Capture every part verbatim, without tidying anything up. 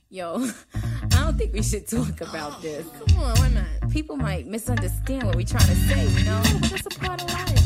Yo, I don't think we should talk about this. Come on, why not? People might misunderstand what we're trying to say, you know? That's a part of life.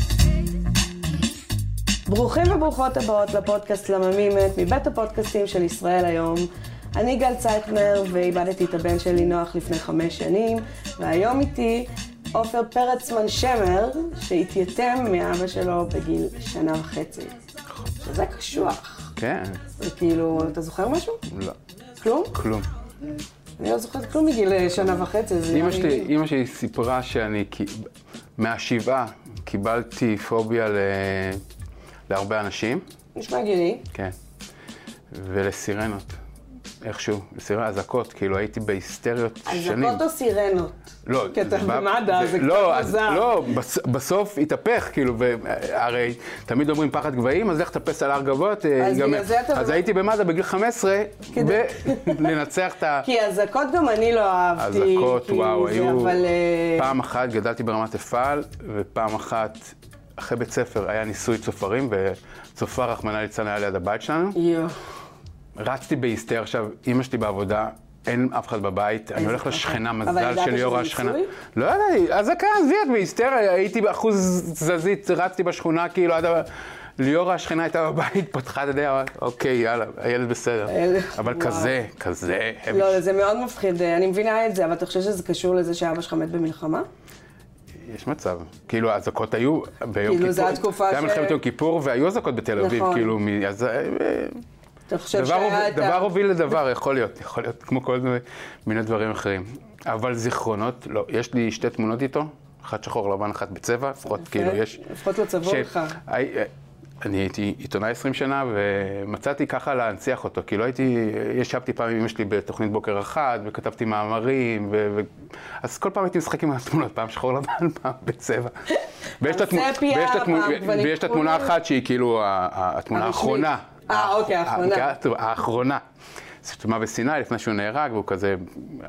ברוכים וברוכות הבאות לפודקאסט לממימת מבית הפודקאסטים של ישראל היום. אני גל צייטנר ואיבדתי את הבן שלי נוח לפני חמש שנים, והיום איתי עופר פרצמן שמר שהתייתם מאבא שלו בגיל שנה וחצי. שזה קשוח. כן. וכאילו, אתה זוכר משהו? לא. כלום? כלום. אני לא זוכרת כלום מגיל שנה וחצי. אמא שלי, אמא שלי סיפרה שאני מהשבעה קיבלתי פוביה ל... להרבה אנשים. נשמע גילי. כן. ולסירנות. איכשהו, לסירנות, אזעקות, כאילו הייתי בהיסטריות שנים. אזעקות או סירנות? לא. כי אתה במד"א, זה קצת מוזר. לא, בסוף התהפך, כאילו, והרי תמיד אומרים פחד גבהים, אז לך תטפס על הר גבוות. אז בגלל זה אתה... אז הייתי במד"א בגיל חמש עשרה, ולנצח את ה... כי אזעקות גם אני לא אהבתי. אזעקות, וואו, היו... פעם אחת גדלתי ברמת אפעל, ופעם אחת... אחרי בית ספר היה ניסוי צופרים, וצופר רחמנא ליצלן היה ליד הבית שלנו. יו. רצתי בהיסטר, עכשיו, אמא שלי בעבודה, אין אף אחד בבית, אני הולך לשכנה, מזל של ליאורה השכנה. לא ידעתי, אז זה כאן, זיית בהיסטר, הייתי באחוז תזזית, רצתי בשכונה, כאילו, עד ליאורה השכנה הייתה בבית, פתחה את הדעה, אוקיי, יאללה, הילד בסדר. אבל כזה, כזה. לא, זה מאוד מפחיד, אני מבינה את זה, אבל אתה חושב שזה קשור לזה שאבא שלך מת במלחמה? יש מצב. כאילו, האזעקות היו ביום כיפור. כאילו, זו התקופה ש... זה היה מלחמת יום כיפור, והיו אזעקות בתל אביב, כאילו, אז... אתה חושב שהיה את ה... דבר הוביל לדבר, יכול להיות, יכול להיות, כמו כל מיני דברים אחרים. אבל זיכרונות, לא, יש לי שתי תמונות איתו, אחת שחור לבן, אחת בצבע, לפחות, כאילו, יש... לפחות לצבוע לך. אני הייתי עיתונאי עשרים שנה, ומצאתי ככה להנציח אותו, כי לא הייתי, ישבתי פעם עם אמא שלי בתוכנית בוקר אחת, וכתבתי מאמרים, ו... אז כל פעם הייתי משחק עם התמונות, פעם שחור לבן, פעם בצבע. ויש את התמונה האחת שהיא כאילו התמונה האחרונה. אה, אוקיי, האחרונה. האחרונה. זו תמונה בסיני לפני שהוא נהרג, והוא כזה...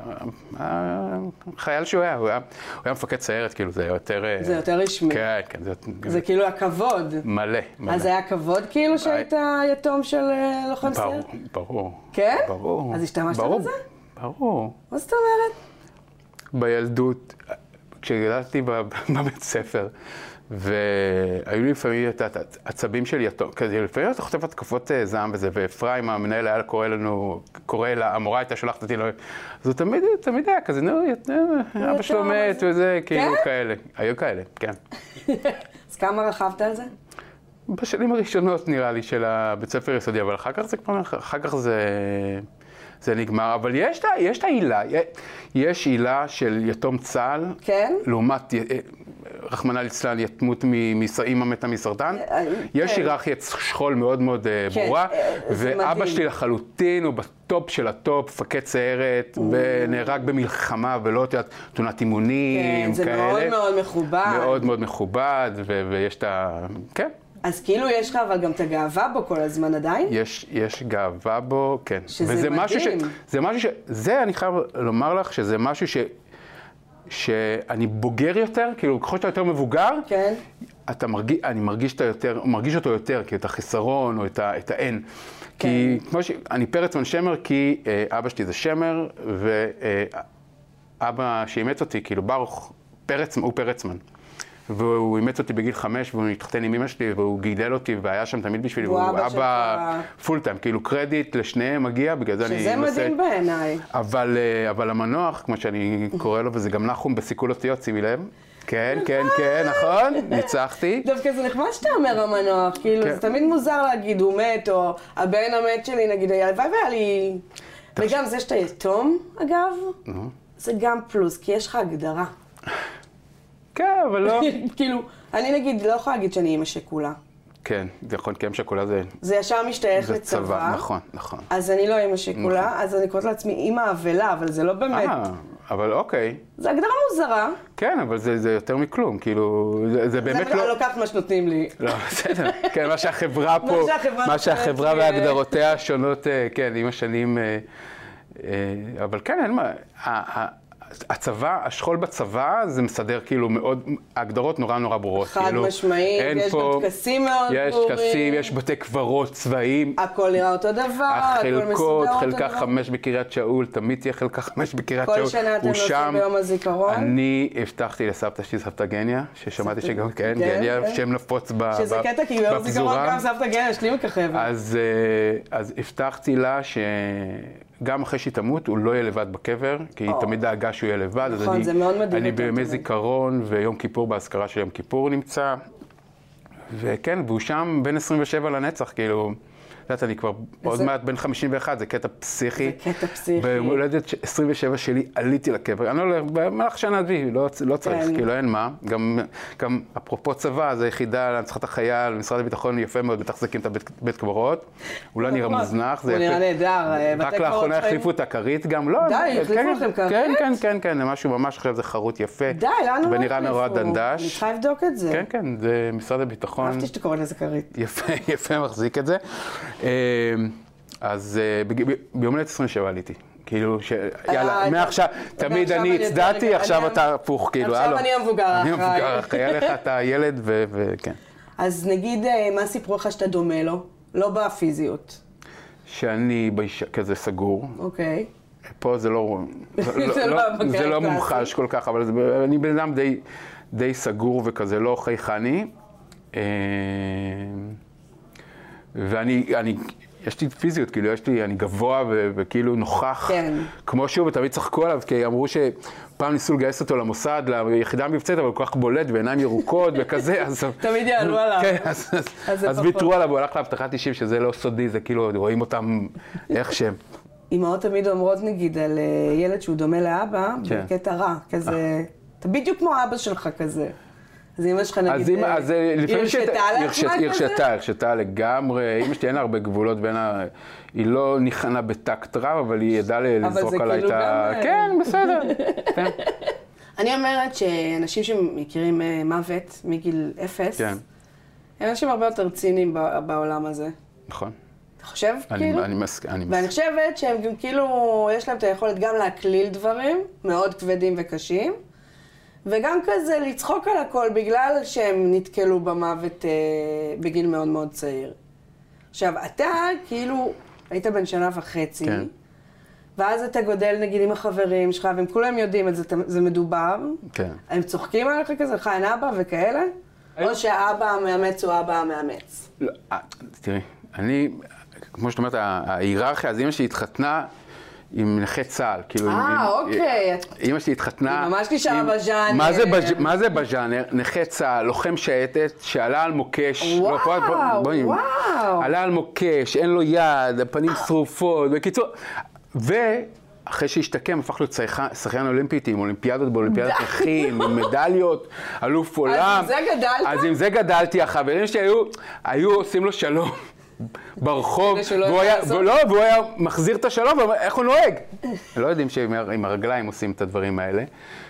חייל שהוא היה, הוא היה מפקד סיירת, כאילו, זה יותר... זה יותר רשמי. כן, כן. זה כאילו הכבוד. מלא, מלא. אז היה כבוד כאילו שהיית יתום של לוחם סיירת? ברור. כן? ברור. אז השתמשת בזה? ברור. מה זאת אומרת? בילדות, כשגדלתי בבית ספר, והיו לי לפעמים את העצבים של יתום, כזה לפעמים אתה חוטף התקפות זעם וזה, ואפרים המנהל היה קורא לנו, קורא לה, המורה הייתה שולחת אותי, אז הוא תמיד, תמיד היה כזה, נו, אבא שלו מת וזה, כאילו כאלה, היו כאלה, כן. אז כמה רכבת על זה? בשנים הראשונות נראה לי של הבית ספר יסודי, אבל אחר כך זה כבר, אחר כך זה... זה נגמר, אבל יש את העילה, יש עילה של יתום צה"ל, כן? לעומת רחמנא ליצלן יתמות מאמא מתה מסרטן, יש היררכיית שכול מאוד מאוד ברורה, ואבא שלי לחלוטין הוא בטופ של הטופ, מפקד סיירת, ונהרג במלחמה ולא יודעת, תאונת אימונים, כאלה. כן, זה מאוד מאוד מכובד. מאוד מאוד מכובד, ויש את ה... כן. אז כאילו יש לך אבל גם את הגאווה בו כל הזמן עדיין? יש, יש גאווה בו, כן. שזה וזה מדהים. משהו ש, זה משהו ש... זה אני חייב לומר לך שזה משהו ש... שאני בוגר יותר, כאילו ככל שאתה יותר מבוגר, כן. אתה מרגיש, אני מרגיש, את היותר, מרגיש אותו יותר, כי את החיסרון או את, ה, את האין. כן. כי כמו ש... אני פרצמן שמר כי אה, אבא שלי זה שמר, ואבא שאימץ אותי, כאילו ברוך, פרצמן, הוא פרצמן. והוא אימץ אותי בגיל חמש, והוא התחתן עם אמא שלי, והוא גידל אותי, והיה שם תמיד בשבילי, והוא אבא פול טיים, כאילו קרדיט לשניהם מגיע, בגלל זה אני... שזה מדהים בעיניי. אבל, אבל המנוח, כמו שאני קורא לו, וזה גם נחום בסיכול אותיות, שימי לב. כן, כן, כן, נכון, ניצחתי. דווקא זה נחמד שאתה אומר המנוח, כאילו, זה תמיד מוזר להגיד, הוא מת, או הבן המת שלי, נגיד, הלוואי והיה לי... וגם זה שאתה יתום, אגב, זה גם פלוס, כי יש לך הגדרה. כן, אבל לא... כאילו, אני נגיד, לא יכולה להגיד שאני אימא שכולה. כן, נכון, כי אימא שכולה זה... זה ישר משתייך לצבא. זה צבא, נכון, נכון. אז אני לא אימא שכולה, אז אני קוראת לעצמי אימא אבלה, אבל זה לא באמת... אה, אבל אוקיי. זה הגדרה מוזרה. כן, אבל זה יותר מכלום, כאילו, זה באמת לא... זה לוקחת מה שנותנים לי. לא, בסדר. כן, מה שהחברה פה, מה שהחברה והגדרותיה שונות, כן, עם השנים... אבל כן, אין מה... הצבא, השכול בצבא זה מסדר כאילו מאוד, ההגדרות נורא נורא ברורות. חד כאילו, משמעית, יש פה, גם טקסים מאוד יש ברורים. יש טקסים, יש בתי קברות צבאיים. הכל נראה אותו דבר, הכל מסודר אותו דבר. חלקה חמש בקריית שאול, תמיד תהיה חלקה חמש בקריית שאול. כל שנה אתם נוסעים ביום הזיכרון? אני הבטחתי לסבתא שלי, סבתא גניה, ששמעתי שגם כן, גניה, שם נפוץ בפזורה. שזה קטע, כי ביום הזיכרון גם סבתא גניה, יש לי מככבת. אז הבטחתי לה ש... גם אחרי שהיא תמות, הוא לא יהיה לבד בקבר, כי היא תמיד דאגה שהוא יהיה לבד. נכון, זה מאוד מדהים. אני בימי זיכרון, ויום כיפור, באזכרה של יום כיפור נמצא. וכן, והוא שם בין עשרים ושבע לנצח, כאילו, יודעת, אני כבר עוד מעט בין חמישים ואחת, זה קטע פסיכי. זה קטע פסיכי. במולדת עשרים ושבע שלי עליתי לקבר. אני לא הולך, במהלך שנה דבי, לא צריך, כאילו אין מה. גם אפרופו צבא, זה יחידה להנצחת החייל, משרד הביטחון יפה מאוד, מתחזקים את הבית קברות. הוא לא נראה מוזנח, זה יפה. הוא נראה נהדר, רק לאחרונה החליפו את הכרית גם, לא. די, החליפו לכם כרית? כן, כן, כן, כן, משהו ממש עכשיו זה חרוט יפה. די, לנו לא החליפו. ונראה נורא דנדש. אני צריכה לבדוק את זה. כן, כן, זה משרד הביטחון. אהבתי שאתה קורא לזה כרית. יפה, יפה מחזיק את זה. אז ביום הולדת עשרים ושבע עליתי. כאילו, יאללה, מעכשיו, תמיד אני הצדעתי, עכשיו אתה הפוך, כאילו, הלו. עכשיו אני המבוגר אחריי. אני המבוגר אחריי, היה לך את הילד וכן. אז נגיד, מה סיפרו לך שאתה דומה לו? לא בפיזיות. שאני כזה סגור. אוקיי. פה זה לא, זה לא מומחש כל כך, אבל אני בן אדם די סגור וכזה לא חייכני. ואני, אני, יש לי פיזיות, כאילו, יש לי, אני גבוה ו, וכאילו נוכח. כן. כמו שהוא, ותמיד צחקו עליו, כי אמרו שפעם ניסו לגייס אותו למוסד, ליחידה המבצעית, אבל הוא כל כך בולט, ועיניים ירוקות וכזה, אז... תמיד יעלו עליו. כן, אז, אז, אז ויתרו עליו, הוא הלך להבטחת אישים, שזה לא סודי, זה כאילו, רואים אותם איך שהם. אמהות תמיד אומרות, נגיד, על ילד שהוא דומה לאבא, כן. בקטע רע, כזה, אתה בדיוק כמו אבא שלך כזה. אז אמא שלך נגיד, אז הרשתה לעצמה כזה? הרשתה, הרשתה לגמרי. אמא שלי אין הרבה גבולות בין ה... היא לא ניחנה בטקט רב, אבל היא ידעה לזרוק עליי את ה... כן, בסדר. אני אומרת שאנשים שמכירים מוות מגיל אפס, הם אנשים הרבה יותר ציניים בעולם הזה. נכון. אתה חושב, כאילו? אני מסכים. ואני חושבת שהם גם כאילו, יש להם את היכולת גם להקליל דברים מאוד כבדים וקשים, וגם כזה לצחוק על הכל בגלל שהם נתקלו במוות אה, בגיל מאוד מאוד צעיר. עכשיו, אתה כאילו היית בן שנה וחצי, כן. ואז אתה גודל נגיד עם החברים שלך, והם כולם יודעים את זה, זה מדובר. כן. הם צוחקים עליך כזה, לך אין אבא וכאלה? או שהאבא המאמץ הוא אבא המאמץ? לא, תראי, אני, כמו שאת אומרת, ההיררכיה, אז אמא שלי התחתנה, עם נכי צה"ל, כאילו... אה, אוקיי. אמא שלי התחתנה... היא ממש נשארה בז'אנר. מה זה בז'אנר? נכי צה"ל, לוחם שייטת, שעלה על מוקש... וואו, וואו. עלה על מוקש, אין לו יד, הפנים שרופות, בקיצור... ואחרי שהשתקם, הפך להיות שחיין אולימפית, עם אולימפיאדות באולימפיאדת נכים, עם מדליות, אלוף עולם. אז עם זה גדלת? אז עם זה גדלתי, החברים שלי היו עושים לו שלום. ברחוב, והוא היה, לא, והוא היה מחזיר את השלום, איך הוא נוהג? לא יודעים שעם הרגליים עושים את הדברים האלה.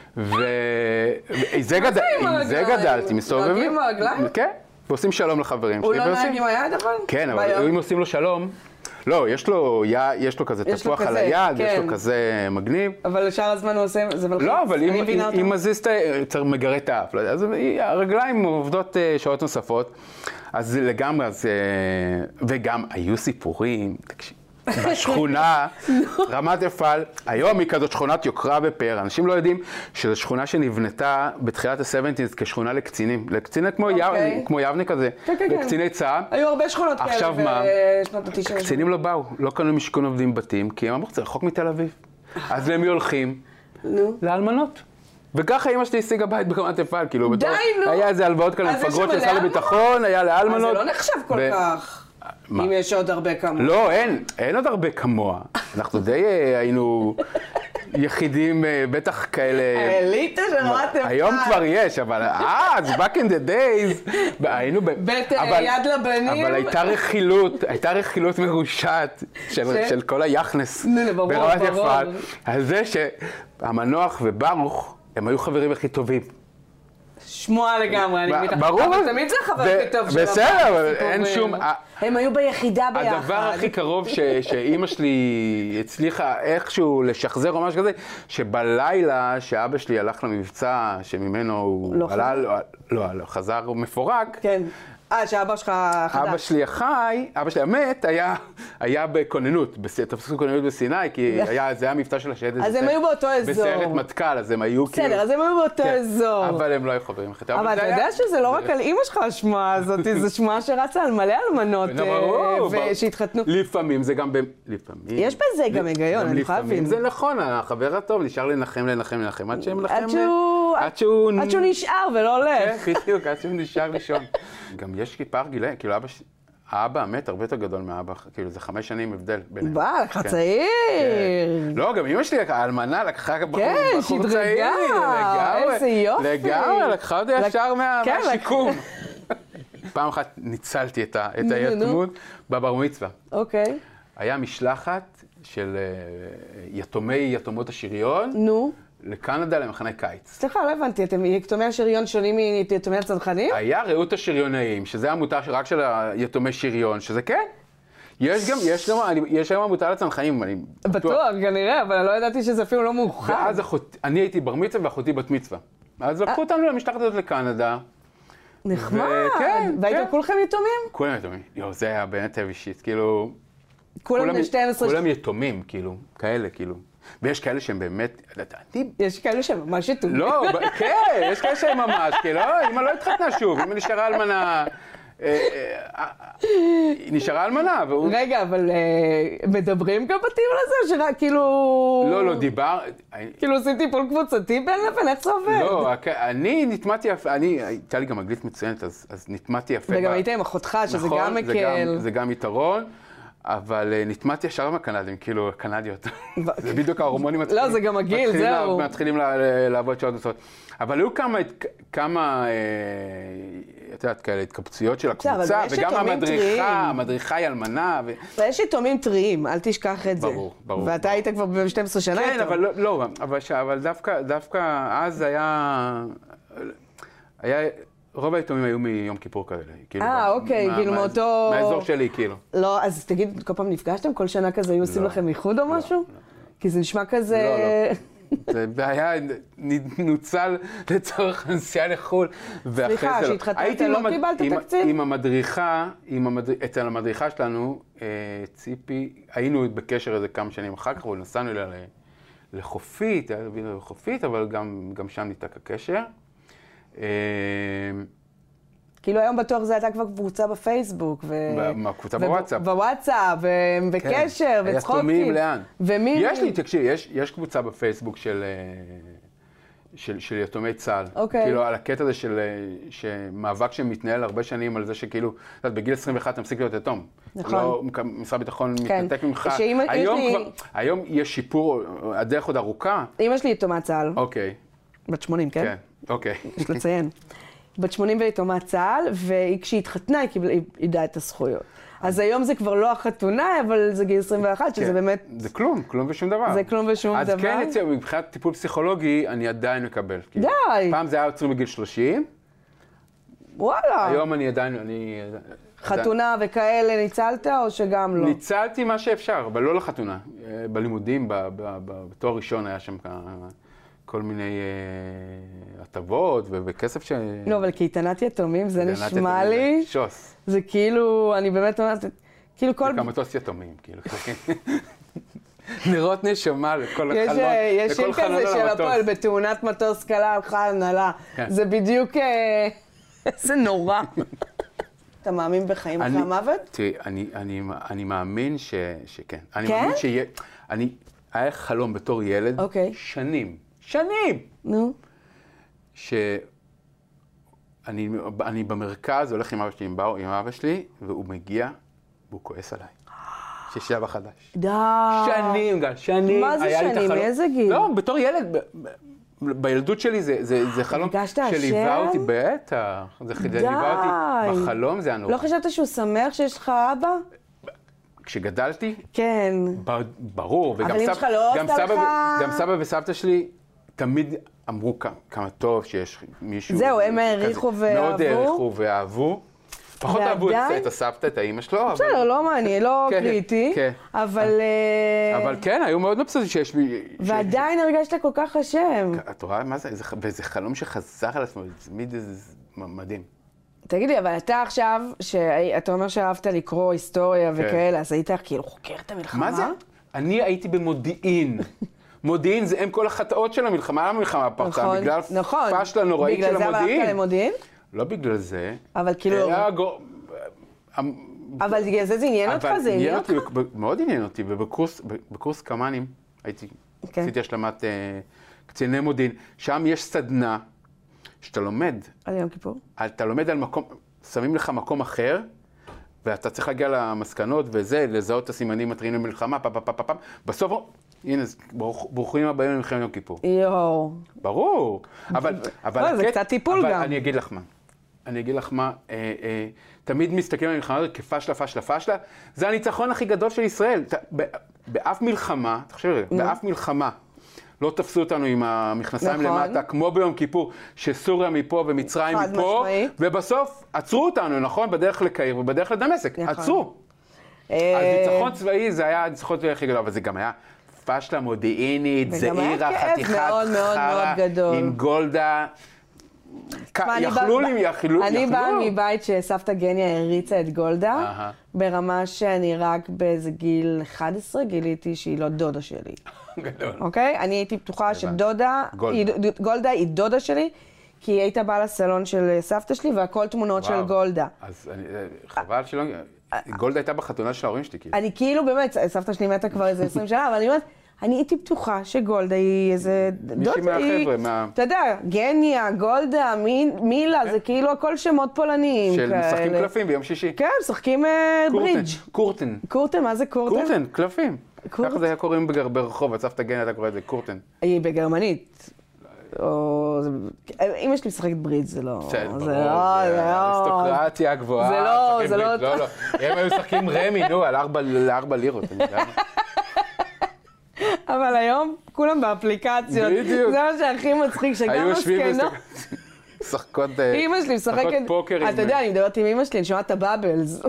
וזה גדלתי, מסתובבים. נוהגים עם הרגליים? כן, ועושים שלום לחברים שלי. הוא לא נוהג עם היד אבל? כן, אבל אם עושים לו שלום, לא, יש לו, יש לו כזה תפוח על היד, יש לו כזה מגניב. אבל לשאר הזמן הוא עושה, זה מלחיץ. לא, אבל אם מזיז את ה... מגרה את האף, אז הרגליים עובדות שעות נוספות. אז לגמרי, אז... וגם היו סיפורים, תקשיב, בשכונה, רמת אפעל, היום היא כזאת שכונת יוקרה בפאר. אנשים לא יודעים שזו שכונה שנבנתה בתחילת ה-שבעים כשכונה לקצינים. לקציני כמו יבנה כזה, לקציני צה"ל. היו הרבה שכונות כאלה בשנות ה-תשעים. קצינים לא באו, לא קנו משכון עובדים בתים, כי הם אמרו, זה רחוק מתל אביב. אז למי הולכים? לאלמנות. וככה אמא שלי השיגה בית ברמת אפעל, כאילו, די, נו. היה איזה הלוואות כאלה, מפגרות של סל הביטחון, היה לאלמנות. אז זה לא נחשב כל כך. אם יש עוד הרבה כמוה. לא, אין, אין עוד הרבה כמוה. אנחנו די היינו יחידים, בטח כאלה... האליטה של רמת אפעל. היום כבר יש, אבל אז, back in the days, היינו... בית יד לבנים. אבל הייתה רכילות, הייתה רכילות מרושעת של כל היחנס ברמת אפעל. על זה שהמנוח וברוך, הם היו חברים הכי טובים. שמועה לגמרי, אני מבינה. ברור. אבל תמיד זה חבר הכי טוב של הבא. בסדר, אבל אין שום... הם היו ביחידה ביחד. הדבר הכי קרוב שאימא שלי הצליחה איכשהו לשחזר או משהו כזה, שבלילה שאבא שלי הלך למבצע שממנו הוא עלה, לא, לא, חזר מפורק. כן. אה, שאבא שלך חדש. אבא שלי החי, אבא שלי המת, היה, היה בכוננות, תפסו כוננות בסיני, כי היה, זה היה מבצע של השהד. אז הם היו באותו אזור. בסיירת מטכ"ל, אז הם היו כאילו... בסדר, אז הם היו באותו אזור. אבל הם לא היו חברים אחרי. אבל אתה יודע שזה לא רק על אימא שלך השמועה הזאת, זו שמועה שרצה על מלא אלמנות שהתחתנו. לפעמים זה גם... לפעמים... יש בזה גם היגיון, אני יכולה להבין. זה נכון, החבר הטוב נשאר לנחם, לנחם, לנחם, עד שהם לכם... עד שהוא נשאר ולא הולך. כן, בדיוק, עד שהוא נשאר לישון. גם יש פער גילי, כאילו אבא, האבא המת הרבה יותר גדול מאבא, כאילו זה חמש שנים הבדל ביניהם. בא, לקחה צעיר. לא, גם אמא שלי, האלמנה לקחה בחור צעיר. כן, איזה יופי. לגמרי, לקחה אותי ישר מהשיקום. פעם אחת ניצלתי את היתמות בבר מצווה. אוקיי. היה משלחת של יתומי יתומות השריון. נו. לקנדה למחנה קיץ. סליחה, לא הבנתי, אתם יתומי השריון שונים מיתומי הצנחנים? היה רעות השריונאים, שזה עמותה רק של היתומי שריון, שזה כן. יש גם, יש גם, יש היום עמותה לצנחנים, אני בטוח, כנראה, אבל לא ידעתי שזה אפילו לא מאוחר. ואז אני הייתי בר מצווה ואחותי בת מצווה. אז לקחו אותנו למשלחת הזאת לקנדה. נחמד. והייתם כולכם יתומים? כולם יתומים. יו, זה היה באמת טבע אישית, כאילו... כולם ב-שתים עשרה... כולם יתומים, כאילו, כאלה, כאילו. ויש כאלה שהם באמת, יש כאלה שהם ממש יתומים. לא, כן, יש כאלה שהם ממש, כאילו, אמא לא התחתנה שוב, אמא נשארה אלמנה, היא נשארה אלמנה, והוא... רגע, אבל מדברים גם בטיול הזה, שרק כאילו... לא, לא, דיבר... כאילו עושים טיפול קבוצתי בין לבין, איך זה עובד? לא, אני נטמעתי יפה, אני, הייתה לי גם אנגלית מצוינת, אז נטמעתי יפה. וגם היית עם אחותך, שזה גם מקל. זה גם יתרון. אבל נטמעתי ישר עם הקנדים, כאילו, הקנדיות. זה בדיוק ההורמונים מתחילים... לא, זה גם הגיל, זהו. מתחילים לעבוד שעות נוספות. אבל היו כמה, את יודעת, כאלה התקבצויות של הקבוצה, וגם המדריכה, המדריכה היא אלמנה. יש יתומים טריים, אל תשכח את זה. ברור, ברור. ואתה היית כבר ב-שתים עשרה שנה איתו. כן, אבל לא, אבל דווקא אז היה... היה... רוב היתומים היו מיום כיפור כאלה. אה, אוקיי, כאילו מאותו... מהאזור שלי, כאילו. לא, אז תגיד, כל פעם נפגשתם? כל שנה כזה היו עושים לכם איחוד או משהו? כי זה נשמע כזה... לא, לא. זה היה נוצל לצורך הנסיעה לחו"ל. סליחה, שהתחתנת, לא קיבלת תקציב? עם המדריכה, אצל המדריכה שלנו, ציפי, היינו בקשר איזה כמה שנים אחר כך, ונסענו אליה לחופית, היה לחופית, אבל גם שם ניתק הקשר. כאילו היום בטוח זה הייתה כבר קבוצה בפייסבוק. מה, קבוצה בוואטסאפ? בוואטסאפ, ובקשר, וצחוקים. היה תומים לאן? ומי... יש לי, תקשיב, יש קבוצה בפייסבוק של יתומי צה"ל. אוקיי. כאילו על הקטע הזה של מאבק שמתנהל הרבה שנים על זה שכאילו, בגיל עשרים ואחת אתה מפסיק להיות יתום. נכון. משרד הביטחון מתנתק ממך. היום יש שיפור, הדרך עוד ארוכה. אמא שלי יתומת צה"ל. אוקיי. בת שמונים, כן? כן, אוקיי. יש לציין. בת שמונים ויתומת צה"ל, וכשהיא התחתנה היא ידעה את הזכויות. אז היום זה כבר לא החתונה, אבל זה גיל עשרים ואחת, שזה באמת... זה כלום, כלום ושום דבר. זה כלום ושום דבר. אז כן, אצל, מבחינת טיפול פסיכולוגי, אני עדיין מקבל. די! פעם זה היה עוצרים בגיל שלושים. וואלה. היום אני עדיין, אני... חתונה וכאלה ניצלת, או שגם לא? ניצלתי מה שאפשר, אבל לא לחתונה. בלימודים, בתואר ראשון היה שם כל מיני הטבות וכסף ש... לא, אבל קייטנת יתומים זה נשמע לי... שוס. זה כאילו, אני באמת אומרת, כאילו כל... זה כמטוס יתומים, כאילו. נרות נשמה לכל החלון, יש שיר כזה של הפועל, בתאונת מטוס קלה הלכה הנהלה. זה בדיוק... איזה נורא. אתה מאמין בחיים אחרי המוות? תראי, אני מאמין שכן. אני מאמין שיהיה... היה חלום בתור ילד שנים. שנים! נו. שאני במרכז, הולך עם אבא שלי, עם אבא שלי, והוא מגיע, והוא כועס עליי. שיש אבא חדש. די. שנים, גל, שנים. מה זה שנים? מאיזה גיל? לא, בתור ילד, בילדות שלי זה חלום שליווה אותי, בטח. זה ליווה אותי בחלום, זה הנורא. לא חשבת שהוא שמח שיש לך אבא? כשגדלתי? כן. ברור. אבל אמא שלך לא עשתה לך... גם סבא וסבתא שלי, תמיד אמרו כמה טוב שיש מישהו... זהו, הם העריכו ואהבו. מאוד העריכו ואהבו. פחות אהבו את הסבתא, את האמא שלו, אבל... בסדר, לא מעניין, לא קריטי, אבל... אבל כן, היו מאוד מבסוטים שיש... ועדיין הרגשת כל כך אשם. את רואה מה זה? וזה חלום שחזר על עצמו, זה תמיד מדהים. תגיד לי, אבל אתה עכשיו, שאתה אומר שאהבת לקרוא היסטוריה וכאלה, אז היית כאילו חוקר את המלחמה? מה זה? אני הייתי במודיעין. מודיעין זה הם כל החטאות של המלחמה, למה המלחמה פרצה? בגלל פשלה נוראית של המודיעין. בגלל זה הלכת למודיעין? לא בגלל זה. אבל כאילו... אבל בגלל זה זה עניין אותך? זה עניין אותך? מאוד עניין אותי, ובקורס קמ"נים הייתי, עשיתי השלמת קציני מודיעין. שם יש סדנה שאתה לומד. על יום כיפור? אתה לומד על מקום, שמים לך מקום אחר, ואתה צריך להגיע למסקנות וזה, לזהות את הסימנים מטריים למלחמה, פעם, פעם, פעם, פעם. בסוף, הנה, ברוכים הבאים למלחמת יום כיפור. יואו. ברור. אבל... זה קצת טיפול גם. אבל אני אגיד לך מה. אני אגיד לך מה, תמיד מסתכלים על המלחמה הזאת כפשלה, פשלה, פשלה. זה הניצחון הכי גדול של ישראל. באף מלחמה, אתה חושב, באף מלחמה, לא תפסו אותנו עם המכנסיים למטה, כמו ביום כיפור, שסוריה מפה ומצרים מפה, ובסוף עצרו אותנו, נכון? בדרך לקהיר ובדרך לדמשק. עצרו. אז ניצחון צבאי זה היה הניצחון צבאי הכי גדול, אבל זה גם היה פשלה מודיעינית, זעירה, חתיכת חרה, עם גולדה. יכלו לי, יכלו. אני באה מבית שסבתא גניה הריצה את גולדה, ברמה שאני רק באיזה גיל אחד עשרה גיליתי שהיא לא דודה שלי. גדול. אוקיי? אני הייתי בטוחה שדודה, גולדה היא דודה שלי, כי היא הייתה באה לסלון של סבתא שלי והכל תמונות של גולדה. אז חבל שלא... גולדה הייתה בחתונה של ההורים שלי. אני כאילו באמת, סבתא שלי מתה כבר איזה עשרים שנה, אבל אני אומרת, אני הייתי בטוחה שגולדה היא איזה... מישהי מהחבר'ה, מה... אתה יודע, גניה, גולדה, מילה, זה כאילו הכל שמות פולניים כאלה. של משחקים קלפים ביום שישי. כן, משחקים ברידג'. קורטן. קורטן, מה זה קורטן? קורטן, קלפים. ככה זה היה קוראים ברחוב, הצפת גניה, אתה קורא את זה, קורטן. היא בגרמנית. אמא שלי משחקת ברידג' זה לא... בסדר, זה אריסטוקרטיה גבוהה. זה לא, זה לא... לא, לא. הם היו משחקים רמי, נו, על ארבע לירות. אבל היום כולם באפליקציות. בדיוק. זה מה שהכי מצחיק, שגם מסכנות. שחקות אמא שלי משחקת... פוקר. אתה יודע, אני מדברת עם אמא שלי, אני שומעת את הבאבלס.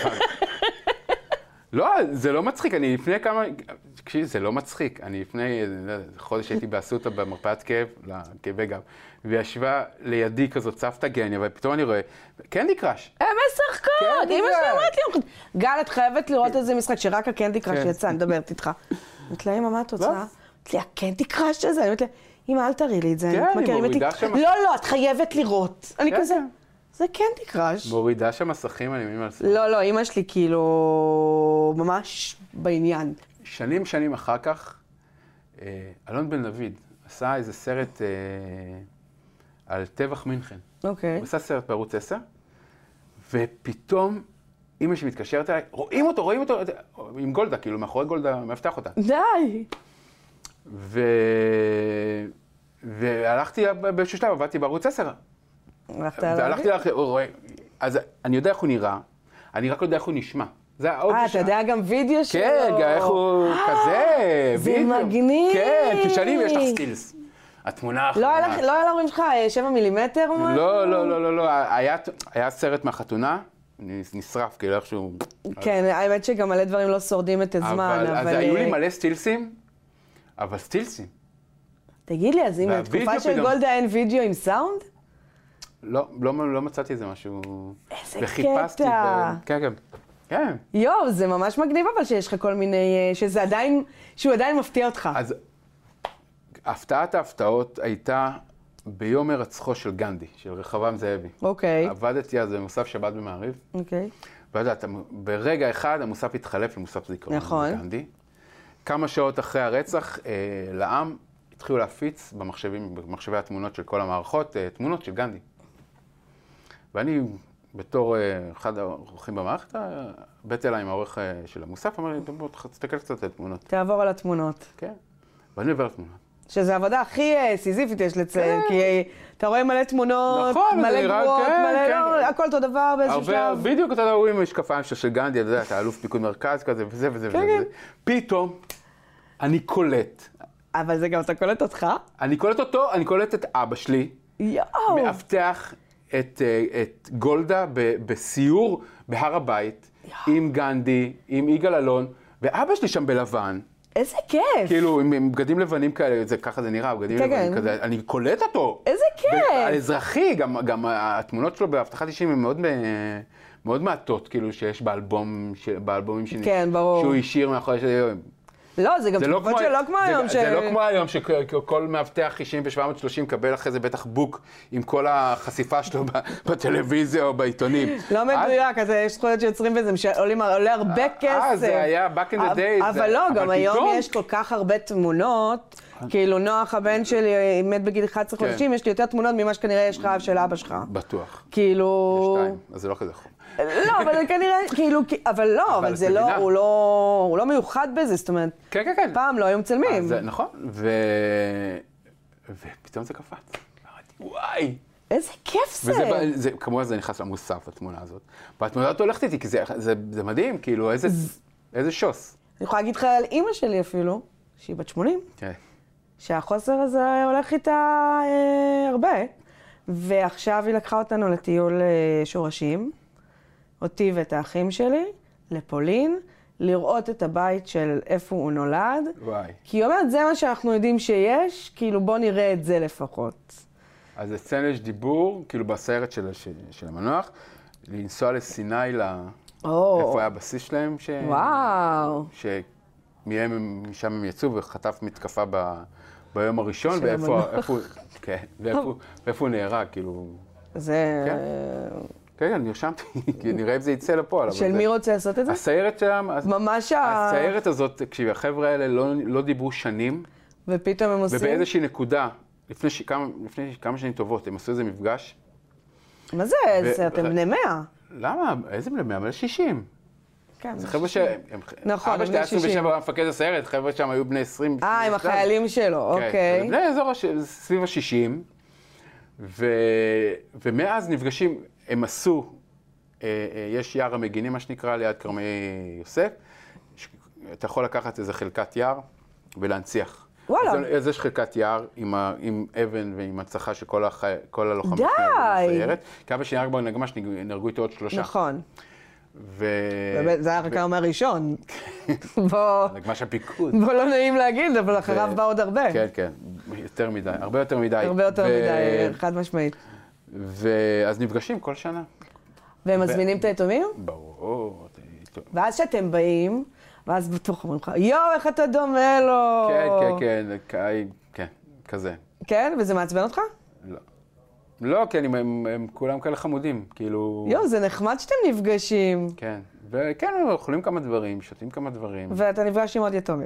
לא, זה לא מצחיק, אני לפני כמה... תקשיב, זה לא מצחיק. אני לפני חודש הייתי באסותא במרפאת כאב, לכאבי גב, וישבה לידי כזאת סבתא גניה, ופתאום אני רואה, קנדי קראש. הם משחקות! אמא שלי אמרת לי, גל, את חייבת לראות איזה משחק, שרק הקנדי קראש יצא, אני מדברת איתך. אמרת לה, אמא, מה את רוצה? אמרת לי, הקנדי קראש הזה? אמרת לה, אמא, אל תראי לי את זה. כן, היא מורידה שם... לא, לא, את חייבת לראות. אני כזה... זה קנדי קראש. מורידה שם מסכים, אני מבין על זה. לא, לא, אמא שלי כאילו ממש בעניין. שנים שנים אחר כך, אלון בן דוד עשה איזה סרט על טבח מינכן. אוקיי. הוא עשה סרט בערוץ עשר, ופתאום אמא שמתקשרת אליי, רואים אותו, רואים אותו, עם גולדה, כאילו מאחורי גולדה, מפתח אותה. די! ו... והלכתי באיזשהו שלב, עבדתי בערוץ עשר. והלכתי לך, אז אני יודע איך הוא נראה, אני רק יודע איך הוא נשמע. אה, אתה יודע גם וידאו שלו. כן, איך הוא כזה, וידאו. זה מגניב. כן, כי שנים יש לך סטילס. התמונה האחרונה. לא היה להורים שלך שבע מילימטר או משהו? לא, לא, לא, לא, לא. היה סרט מהחתונה, נשרף, כאילו איכשהו... כן, האמת שגם מלא דברים לא שורדים את הזמן, אבל... אז היו לי מלא סטילסים, אבל סטילסים. תגיד לי, אז אם בתקופה של גולדה אין וידאו עם סאונד? לא, לא מצאתי איזה משהו... איזה קטע. כן, כן. כן. יואו, זה ממש מגניב אבל שיש לך כל מיני... שזה עדיין... שהוא עדיין מפתיע אותך. אז הפתעת ההפתעות הייתה ביום הרצחו של גנדי, של רחבעם זאבי. אוקיי. עבדתי אז במוסף שבת במעריב. אוקיי. ויודעת, ברגע אחד המוסף התחלף למוסף זיכרון. נכון. גנדי. כמה שעות אחרי הרצח, אה, לעם התחילו להפיץ במחשבים, במחשבי התמונות של כל המערכות, אה, תמונות של גנדי. ואני... בתור אחד האורחים במערכת, באת אליי עם העורך של המוסף, אמר לי, בוא תסתכל קצת על תמונות. תעבור על התמונות. כן, ואני עובר לתמונות. שזה העבודה הכי סיזיפית יש לציין, כי אתה רואה מלא תמונות, מלא גרועות, מלא, הכל אותו דבר באיזשהו שלב. בדיוק אתה רואה עם משקפיים של גנדי, אתה יודע, אתה אלוף פיקוד מרכז כזה וזה וזה וזה. פתאום אני קולט, אבל זה גם אתה קולט אותך? אני קולט אותו, אני קולט את אבא שלי. יואו. מאבטח את, את גולדה ב, בסיור בהר הבית, יואו. עם גנדי, עם יגאל אלון, ואבא שלי שם בלבן. איזה כיף. כאילו, עם, עם בגדים לבנים כאלה, זה, ככה זה נראה, בגדים כן, לבנים כן. כזה, אני קולט אותו. איזה כיף. על אזרחי, גם, גם התמונות שלו בהבטחת אישים הן מאוד, מאוד מעטות, כאילו, שיש באלבום, באלבומים שני, כן, ברור. שהוא השאיר מאחורי של... לא, זה גם תקופות שלא כמו היום. זה לא כמו היום, שכל מאבטח אישים ב-שבע מאות ושלושים קבל אחרי זה בטח בוק עם כל החשיפה שלו בטלוויזיה או בעיתונים. לא מדויק, אז יש זכויות שיוצרים וזה עולה הרבה כסף. אה, זה היה back in the days. אבל לא, גם היום יש כל כך הרבה תמונות. כאילו, נוח הבן שלי מת בגיל אחד עשרה חודשים, יש לי יותר תמונות ממה שכנראה יש לך של אבא שלך. בטוח. כאילו... יש שתיים, אז זה לא כזה חום. לא, אבל כנראה, כאילו, אבל לא, אבל זה לא, הוא לא, הוא לא מיוחד בזה, זאת אומרת, כן, כן, כן. פעם לא היו מצלמים. נכון, ופתאום זה קפץ. וואי. איזה כיף זה. וזה, כמובן זה נכנס למוסף, התמונה הזאת. והתמונה הזאת הולכת איתי, כי זה מדהים, כאילו, איזה שוס. אני יכולה להגיד לך על אימא שלי אפילו, שהיא בת שמונים, שהחוסר הזה הולך איתה הרבה, ועכשיו היא לקחה אותנו לטיול שורשים, אותי ואת האחים שלי, לפולין, לראות את הבית של איפה הוא נולד. וואי. כי היא אומרת, זה מה שאנחנו יודעים שיש, כאילו בוא נראה את זה לפחות. אז אצלנו יש דיבור, כאילו בסיירת של, של, של המנוח, לנסוע לסיני, ל... Oh. איפה היה הבסיס שלהם, ש... וואו. שמשם הם יצאו וחטף מתקפה ב... ביום הראשון, ואיפה, איפה, כן, ואיפה, ואיפה הוא נהרג, כאילו... זה... כן. כן, אני נרשמתי, כי נראה אם זה יצא לפועל. של מי רוצה לעשות את זה? הסיירת שם, ממש ה... הסיירת הזאת, תקשיבי, החבר'ה האלה לא, לא דיברו שנים. ופתאום הם עושים? ובאיזושהי נקודה, לפני, ש... כמה, לפני כמה שנים טובות, הם עשו איזה מפגש. מה זה? ו... זה אתם בני מאה. למה? איזה בני מאה? בני שישים. כן, זה חבר'ה ש... נכון, אבא שלי היה עשרים ושבע מפקד הסיירת, חבר'ה שם היו בני עשרים. אה, עם החיילים שלו, כן. אוקיי. בני אזור סביב ה-שישים, ו... ומאז נפגשים, הם עשו, יש יער המגינים, מה שנקרא, ליד כרמי יוסף. אתה יכול לקחת איזה חלקת יער ולהנציח. וואלה. אז יש חלקת יער עם, ה... עם אבן ועם הצלחה של כל, הח... כל הלוחמים. די! בסיירת. כי אבא שלי נהרג בנגמ"ש, נהרגו איתו עוד שלושה. נכון. ו... זה היה רק היום הראשון. בוא... נגמ"ש הפיקוד. בוא לא נעים להגיד, אבל אחריו בא עוד הרבה. כן, כן. יותר מדי. הרבה יותר מדי. הרבה יותר מדי, חד משמעית. ואז נפגשים כל שנה. והם מזמינים את היתומים? ברור. ואז שאתם באים, ואז בטוח אומרים לך, יואו, איך אתה דומה לו. כן, כן, כן, כן, כזה. כן? וזה מעצבן אותך? לא. לא, כן, הם, הם, הם כולם כאלה חמודים, כאילו... יואו, זה נחמד שאתם נפגשים. כן, וכן, הם אוכלים כמה דברים, שותים כמה דברים. ואתה נפגש עם עוד יתומים.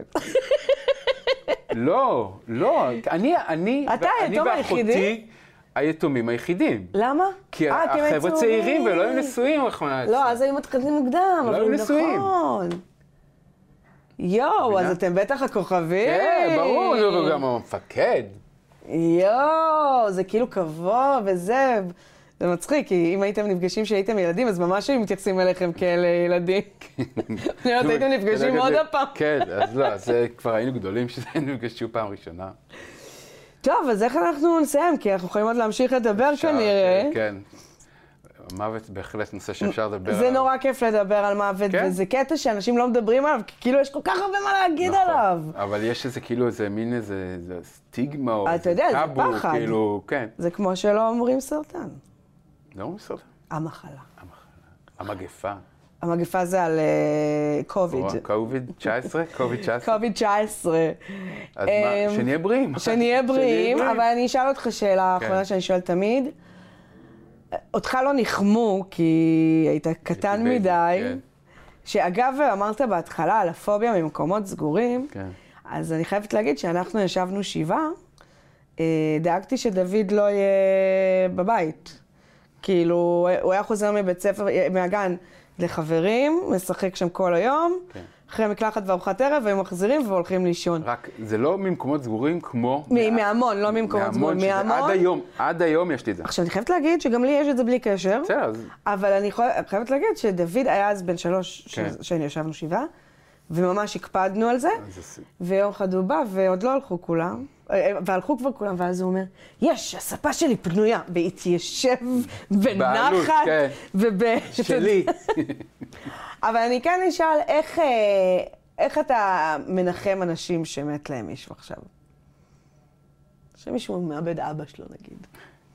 לא, לא, אני, אני, אתה היתום היחידי? היתומים היחידים. למה? כי החבר'ה צעירים ולא היו נשואים. לא, אז היו מתחתנים מוקדם. לא היו נשואים. נכון. יואו, אז אתם בטח הכוכבים. כן, ברור, זה גם המפקד. יואו, זה כאילו כבוד וזה, זה מצחיק, כי אם הייתם נפגשים שהייתם ילדים, אז ממש היו מתייחסים אליכם כאלה ילדים. הייתם נפגשים עוד הפעם. כן, אז לא, זה כבר היינו גדולים שזה נפגשו פעם ראשונה. טוב, אז איך אנחנו נסיים? כי אנחנו יכולים עוד להמשיך לדבר כנראה. כן, מוות בהחלט נושא שאפשר לדבר עליו. זה נורא כיף לדבר על מוות, וזה קטע שאנשים לא מדברים עליו, כי כאילו יש כל כך הרבה מה להגיד עליו. אבל יש איזה כאילו איזה מין איזה סטיגמה או אתה יודע, זה פחד. כאילו, כן. זה כמו שלא אומרים סרטן. לא אומרים סרטן? המחלה. המחלה. המגפה. המגפה זה על קוביד. קוביד תשע עשרה? קוביד תשע עשרה? קוביד תשע עשרה. אז מה? שנהיה בריאים. שנהיה בריאים, אבל אני אשאל אותך שאלה האחרונה שאני שואל תמיד. אותך לא נחמו, כי היית קטן מדי. שאגב, אמרת בהתחלה על הפוביה ממקומות סגורים, אז אני חייבת להגיד שאנחנו ישבנו שבעה, דאגתי שדוד לא יהיה בבית. כאילו, הוא היה חוזר מבית ספר, מהגן לחברים, משחק שם כל היום, אחרי מקלחת וארוחת ערב, והם מחזירים והולכים לישון. רק, זה לא ממקומות סגורים כמו... מהמון, לא ממקומות סגורים, מהמון. עד היום, עד היום יש לי את זה. עכשיו, אני חייבת להגיד שגם לי יש את זה בלי קשר, אבל אני חייבת להגיד שדוד היה אז בן שלוש, שאני ישבנו שבעה, וממש הקפדנו על זה, ויום אחד הוא בא, ועוד לא הלכו כולם, והלכו כבר כולם, ואז הוא אומר, יש, הספה שלי פנויה, והתיישב בנחת, וב... שלי. אבל אני כן אשאל, איך, איך אתה מנחם אנשים שמת להם מישהו עכשיו? שמישהו מאבד אבא שלו, נגיד.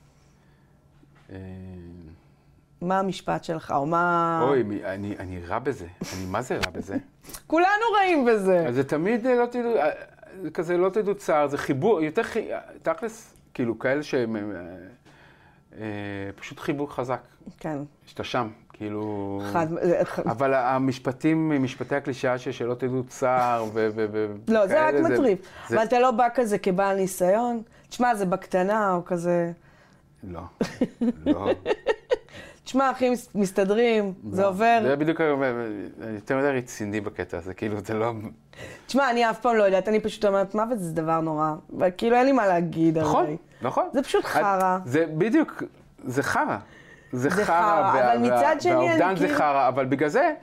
מה המשפט שלך, או מה... אוי, אני, אני רע בזה. אני מה זה רע בזה? כולנו רעים בזה. אז זה תמיד לא תדעו, זה כזה לא תדעו צער, זה חיבור, יותר חי... תכלס, כאילו, כאלה שהם... אה, פשוט חיבור חזק. כן. שאתה שם, כאילו... חד... אבל המשפטים, משפטי הקלישאה שלא תדעו צער ו... ו... ו... לא, זה רק מטריף. זה... אבל אתה לא בא כזה כבעל ניסיון? תשמע, זה בקטנה או כזה... לא, לא. תשמע, אחים מסתדרים, זה עובר. זה בדיוק, אני יותר מדי רציני בקטע הזה, כאילו זה לא... תשמע, אני אף פעם לא יודעת, אני פשוט אומרת, מוות זה דבר נורא, וכאילו אין לי מה להגיד על זה. נכון, נכון. זה פשוט חרא. זה בדיוק, זה חרא. זה חרא, אבל מצד שני אני כאילו... והאובדן זה חרא, אבל בגלל זה,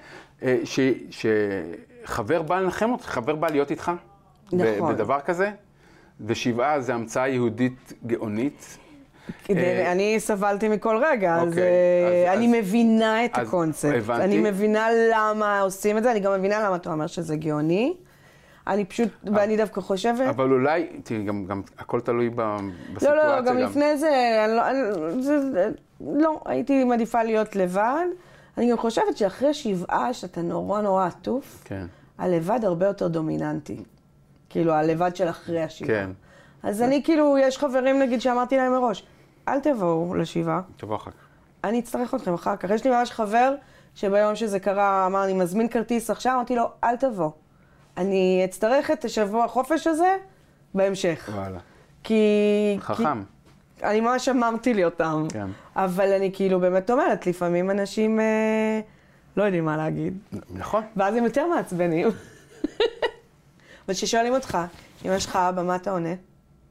שחבר בא לנחם אותך, חבר בא להיות איתך. נכון. בדבר כזה, ושבעה זה המצאה יהודית גאונית. אני סבלתי מכל רגע, אז אני מבינה את הקונספט. אני מבינה למה עושים את זה, אני גם מבינה למה אתה אומר שזה גאוני. אני פשוט, ואני דווקא חושבת... אבל אולי, תראי, גם הכל תלוי בסיטואציה. לא, לא, גם לפני זה, לא, הייתי מעדיפה להיות לבד. אני גם חושבת שאחרי שבעה, שאתה נורא נורא עטוף, הלבד הרבה יותר דומיננטי. כאילו, הלבד של אחרי השבעה. כן. אז אני כאילו, יש חברים נגיד שאמרתי להם מראש, אל תבואו לשבעה. תבוא אחר כך. אני אצטרך אתכם אחר כך. יש לי ממש חבר שביום שזה קרה, אמר, אני מזמין כרטיס עכשיו, אמרתי לו, אל תבוא. אני אצטרך את השבוע החופש הזה בהמשך. וואלה. כי... חכם. כי... אני ממש אמרתי לי אותם. כן. אבל אני כאילו באמת אומרת, לפעמים אנשים אה, לא יודעים מה להגיד. נכון. ואז הם יותר מעצבנים. אבל כששואלים אותך, אם יש לך אבא, מה אתה עונה?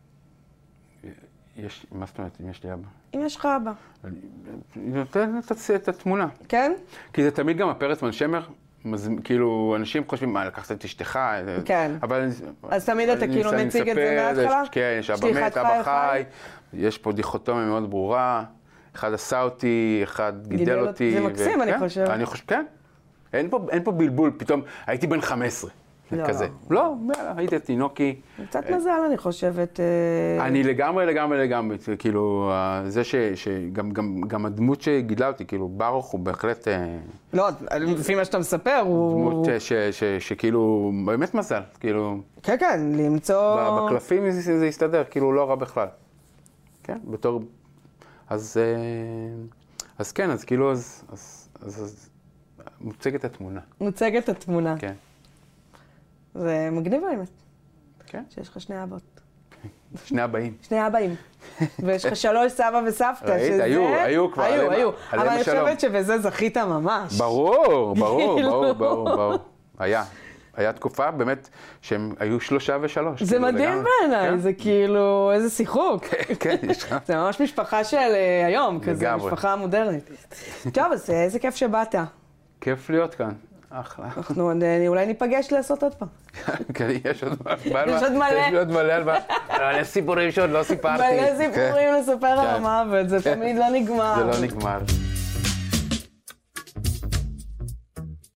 יש, מה זאת אומרת, אם יש לי אבא? אם יש לך אבא. אני נותן את התמונה. כן? כי זה תמיד גם הפרץ מנשמר, כאילו, אנשים חושבים, מה, לקחת את אשתך? כן. אבל... אז תמיד אתה כאילו מציג את זה מההתחלה? כן, יש אבא מת, אבא חי, יש פה דיכוטומיה מאוד ברורה, אחד עשה אותי, אחד גידל אותי. זה מקסים, אני חושבת. אני חושב, כן. אין פה בלבול, פתאום הייתי בן חמש עשרה. כזה. לא, הייתי תינוקי. קצת מזל, אני חושבת. אני לגמרי, לגמרי, לגמרי. כאילו, זה שגם הדמות שגידלה אותי, כאילו, ברוך הוא בהחלט... לא, לפי מה שאתה מספר, הוא... דמות שכאילו, באמת מזל, כאילו... כן, כן, למצוא... בקלפים זה יסתדר, כאילו, לא רע בכלל. כן, בתור... אז... אז כן, אז כאילו, אז... מוצגת התמונה. מוצגת התמונה. כן. זה מגניב האמת. כן. שיש לך שני אבות. שני הבאים. שני הבאים. ויש לך שלוש סבא וסבתא. ראית, היו, היו כבר. היו, היו. אבל אני חושבת שבזה זכית ממש. ברור, ברור, ברור, ברור, ברור. היה. היה תקופה באמת שהם היו שלושה ושלוש. זה מדהים בעיניי, זה כאילו איזה שיחוק. כן, יש לך. זה ממש משפחה של היום, כזה, משפחה מודרנית. טוב, אז איזה כיף שבאת. כיף להיות כאן. אחלה. אנחנו אולי ניפגש לעשות עוד פעם. כן, יש עוד מלא. יש עוד מלא. יש עוד מלא. מלא סיפורים שעוד לא סיפרתי. מלא סיפורים לספר על המוות, זה תמיד לא נגמר. זה לא נגמר.